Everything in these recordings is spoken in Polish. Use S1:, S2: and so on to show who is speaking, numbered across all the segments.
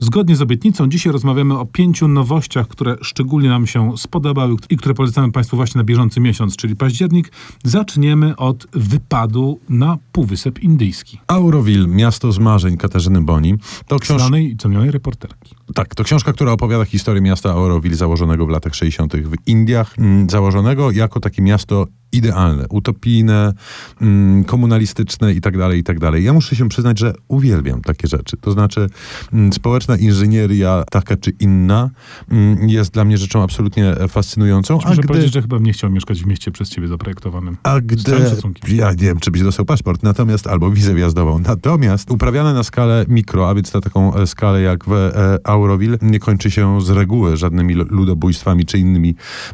S1: Zgodnie z obietnicą dzisiaj rozmawiamy o 5 nowościach, które szczególnie nam się spodobały i które polecamy Państwu właśnie na bieżący miesiąc, czyli październik. Zaczniemy od wypadu na Półwysep Indyjski.
S2: Auroville, miasto z marzeń Katarzyny Boni. To
S1: Znanej i cenionej reporterki.
S2: Tak, to książka, która opowiada historię miasta Auroville założonego w latach 60. w Indiach. Założonego jako takie miasto idealne, utopijne, komunalistyczne i tak dalej. Ja muszę się przyznać, że uwielbiam takie rzeczy. To znaczy społeczna inżynieria, taka czy inna, jest dla mnie rzeczą absolutnie fascynującą.
S1: Muszę powiedzieć, że chyba nie chciał mieszkać w mieście przez ciebie zaprojektowanym.
S2: Ja nie wiem, czy byś dostał paszport, natomiast albo wizę wjazdową. Natomiast uprawiane na skalę mikro, a więc na taką skalę jak w Auroville, nie kończy się z reguły żadnymi ludobójstwami czy innymi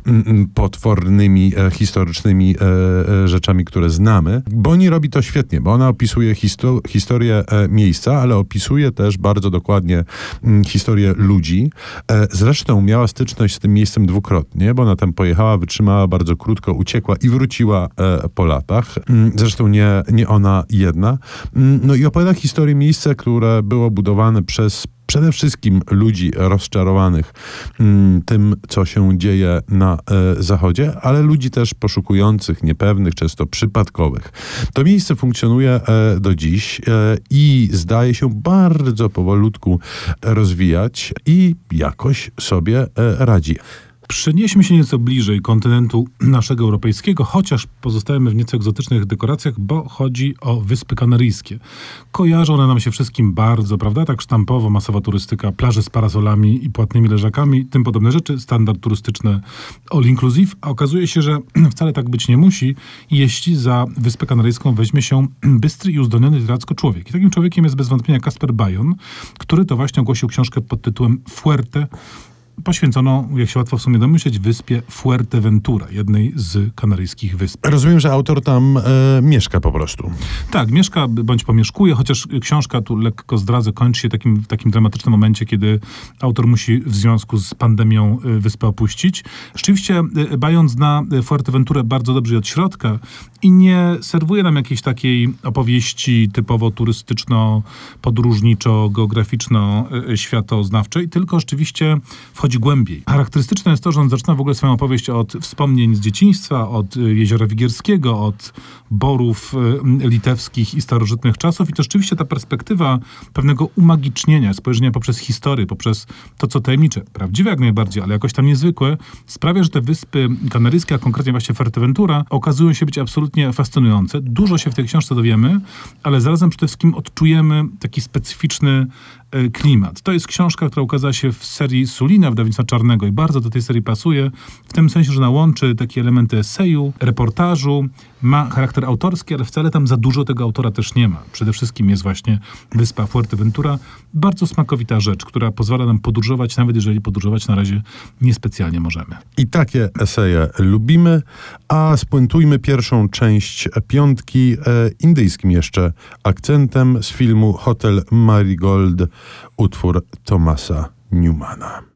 S2: potwornymi, historycznymi rzeczami, które znamy. Boni robi to świetnie, bo ona opisuje historię miejsca, ale opisuje też bardzo dokładnie historię ludzi. Zresztą miała styczność z tym miejscem dwukrotnie, bo ona tam pojechała, wytrzymała bardzo krótko, uciekła i wróciła po latach. Zresztą nie ona jedna. No i opowiada historię miejsca, które było budowane przez przede wszystkim ludzi rozczarowanych tym, co się dzieje na Zachodzie, ale ludzi też poszukujących, niepewnych, często przypadkowych. To miejsce funkcjonuje do dziś i zdaje się bardzo powolutku rozwijać i jakoś sobie radzi.
S1: Przenieśmy się nieco bliżej kontynentu naszego europejskiego, chociaż pozostajemy w nieco egzotycznych dekoracjach, bo chodzi o Wyspy Kanaryjskie. Kojarzą one nam się wszystkim bardzo, prawda? Tak sztampowo, masowa turystyka, plaże z parasolami i płatnymi leżakami, tym podobne rzeczy, standard turystyczny all inclusive, a okazuje się, że wcale tak być nie musi, jeśli za Wyspę Kanaryjską weźmie się bystry i uzdolniony literacko człowiek. I takim człowiekiem jest bez wątpienia Kasper Bajon, który to właśnie ogłosił książkę pod tytułem Fuerte, poświęcono, jak się łatwo w sumie domyśleć, wyspie Fuerteventura, jednej z kanaryjskich wysp.
S2: Rozumiem, że autor tam mieszka po prostu.
S1: Tak, mieszka bądź pomieszkuje, chociaż książka, tu lekko zdradzę, kończy się w takim dramatycznym momencie, kiedy autor musi w związku z pandemią wyspę opuścić. Rzeczywiście Bajon zna Fuerteventurę bardzo dobrze i od środka i nie serwuje nam jakiejś takiej opowieści typowo turystyczno-geograficzno-światoznawczej, tylko rzeczywiście wchodzi głębiej. Charakterystyczne jest to, że on zaczyna w ogóle swoją opowieść od wspomnień z dzieciństwa, od Jeziora Wigierskiego, od borów litewskich i starożytnych czasów i to rzeczywiście ta perspektywa pewnego umagicznienia, spojrzenia poprzez historię, poprzez to, co tajemnicze, prawdziwe jak najbardziej, ale jakoś tam niezwykłe, sprawia, że te Wyspy Kanaryjskie, a konkretnie właśnie Fuerteventura, okazują się być absolutnie fascynujące. Dużo się w tej książce dowiemy, ale zarazem przede wszystkim odczujemy taki specyficzny klimat. To jest książka, która ukazała się w serii Sulina wydawnictwa Czarnego i bardzo do tej serii pasuje, w tym sensie, że łączy takie elementy eseju, reportażu, ma charakter autorski, ale wcale tam za dużo tego autora też nie ma. Przede wszystkim jest właśnie wyspa Fuerteventura. Bardzo smakowita rzecz, która pozwala nam podróżować, nawet jeżeli podróżować na razie niespecjalnie możemy.
S2: I takie eseje lubimy, a spuentujmy pierwszą część piątki indyjskim jeszcze akcentem z filmu Hotel Marigold, utwór Thomasa Newmana.